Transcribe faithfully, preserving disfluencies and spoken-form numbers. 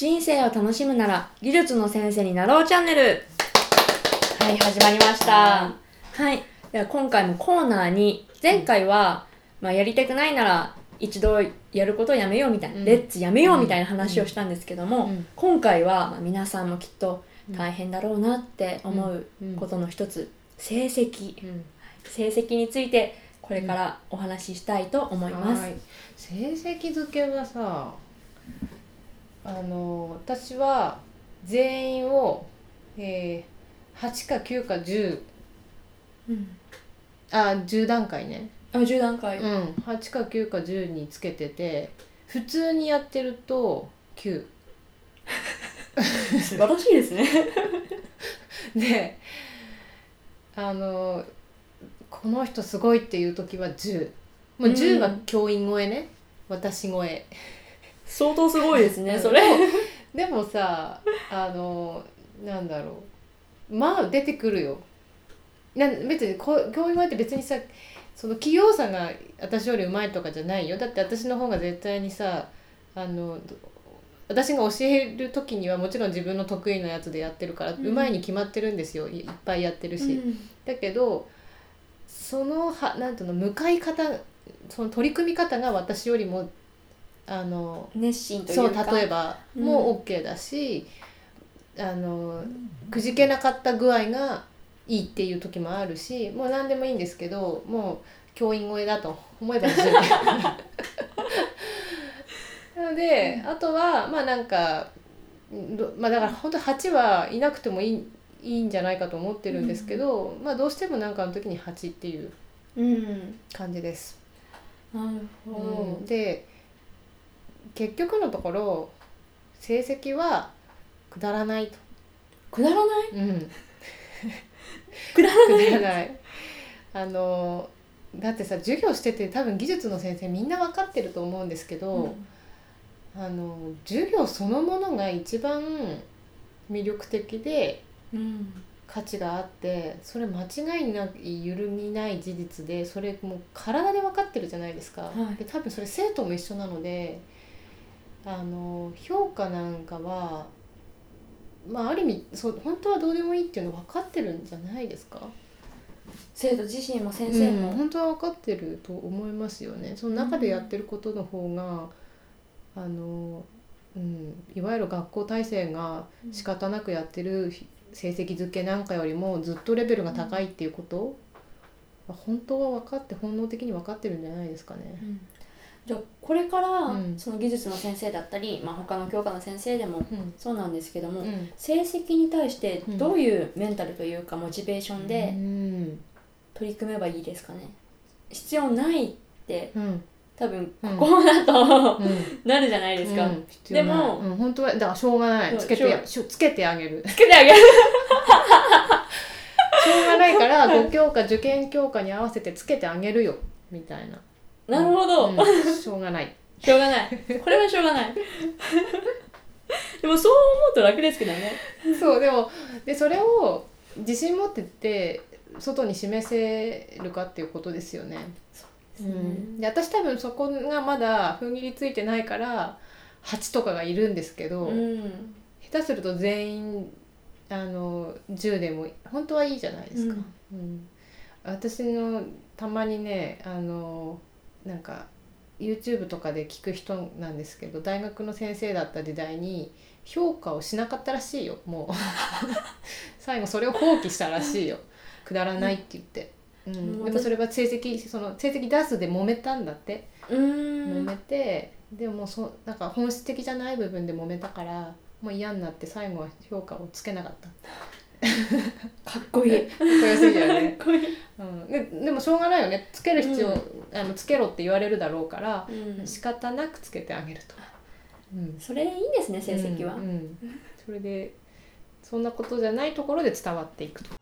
人生を楽しむなら技術の先生になろうチャンネル。はい、始まりました。はい、では今回もコーナーに、前回は、まあ、やりたくないなら一度やることをやめようみたいな、うん、レッツやめようみたいな話をしたんですけども、うん、今回は、まあ、皆さんもきっと大変だろうなって思うことの一つ、成績、うん、成績についてこれからお話ししたいと思います。はい、 成績付けはさ、あの私は全員を、えー、はちかきゅうかじゅう、うん、あじゅう段階ね。 あじゅう段階、 うん、はちかきゅうかじゅうにつけてて、普通にやってるときゅう素晴らしいですねで、あのこの人すごいっていう時はじゅう、もうじゅうは教員超えね、うん、私超え相当すごいですねそれでもさ、あのなんだろう、まあ出てくるよ。な別に教員超えって別にさ、その器用さが私より上手いとかじゃないよ。だって私の方が絶対にさ、あの私が教える時にはもちろん自分の得意なやつでやってるから、うん、上手いに決まってるんですよ。いっぱいやってるし、うん、だけどそのはなんていうの、向かい方、その取り組み方が私よりもあの熱心というか、 そう例えばも OK だし、うん、あのくじけなかった具合がいいっていう時もあるし、もう何でもいいんですけど、もう教員超えだと思えば十分なので、うん、あとはまあなんか、まあ、だから本当はちはいなくてもいい、いいんじゃないかと思ってるんですけど、うん、まあどうしてもなんかの時にはちっていう感じです。 うん、なるほど、 うん、で結局のところ成績はくだらないと。 くだらない、 うんくだらないくだらないあのだってさ、授業してて多分技術の先生みんな分かってると思うんですけど、うん、あの授業そのものが一番魅力的で、うん、価値があって、それ間違いない緩みない事実で、それもう体で分かってるじゃないですか、はい、で多分それ生徒も一緒なので、あの評価なんかはまあある意味そう本当はどうでもいいっていうの分かってるんじゃないですか。 生徒自身も先生も、 うん、本当は分かってると思いますよね。その中でやってることの方が、うん、あの、うん、いわゆる学校体制が仕方なくやってる成績付けなんかよりもずっとレベルが高いっていうこと、うん、本当は分かって本能的に分かってるんじゃないですかね。うん、 じゃあこれから、うん、その技術の先生だったり、まあ、他の教科の先生でもそうなんですけども、うん、成績に対してどういうメンタルというかモチベーションで取り組めばいいですかね。必要ないって、うん、多分ここだと、うん、なるじゃないですか、うん、でも、 うん、本当はだからしょうがない、つけてつけてあげるつけてあげるしょうがないからご教科受験教科に合わせてつけてあげるよみたいな。 なるほど、 うん、しょうがないしょうがないこれはしょうがないでもそう思うと楽ですけどね。 そうでもでそれを自信持ってって外に示せるかっていうことですよね。そうですね、うん、で私多分そこがまだ踏ん切りついてないからはちとかがいるんですけど、うん、下手すると全員あのじゅうでも本当はいいじゃないですか、うんうん、私のたまにね、あのなんか YouTube とかで聞く人なんですけど、大学の先生だった時代に評価をしなかったらしいよ。もう最後それを放棄したらしいよ。くだらないって言って、うん、でもそれは成績その成績出すで揉めたんだって。うーん揉めて、でもそなんか本質的じゃない部分で揉めたからもう嫌になって最後は評価をつけなかったかっこいいかっこよすぎるよねかっこいい、 うん、で, でもしょうがないよね。つける必要、うん、あのつけろって言われるだろうから、うん、仕方なくつけてあげると、 うん、それいいですね成績は、うんうん、 それでそんなことじゃないところで伝わっていくと。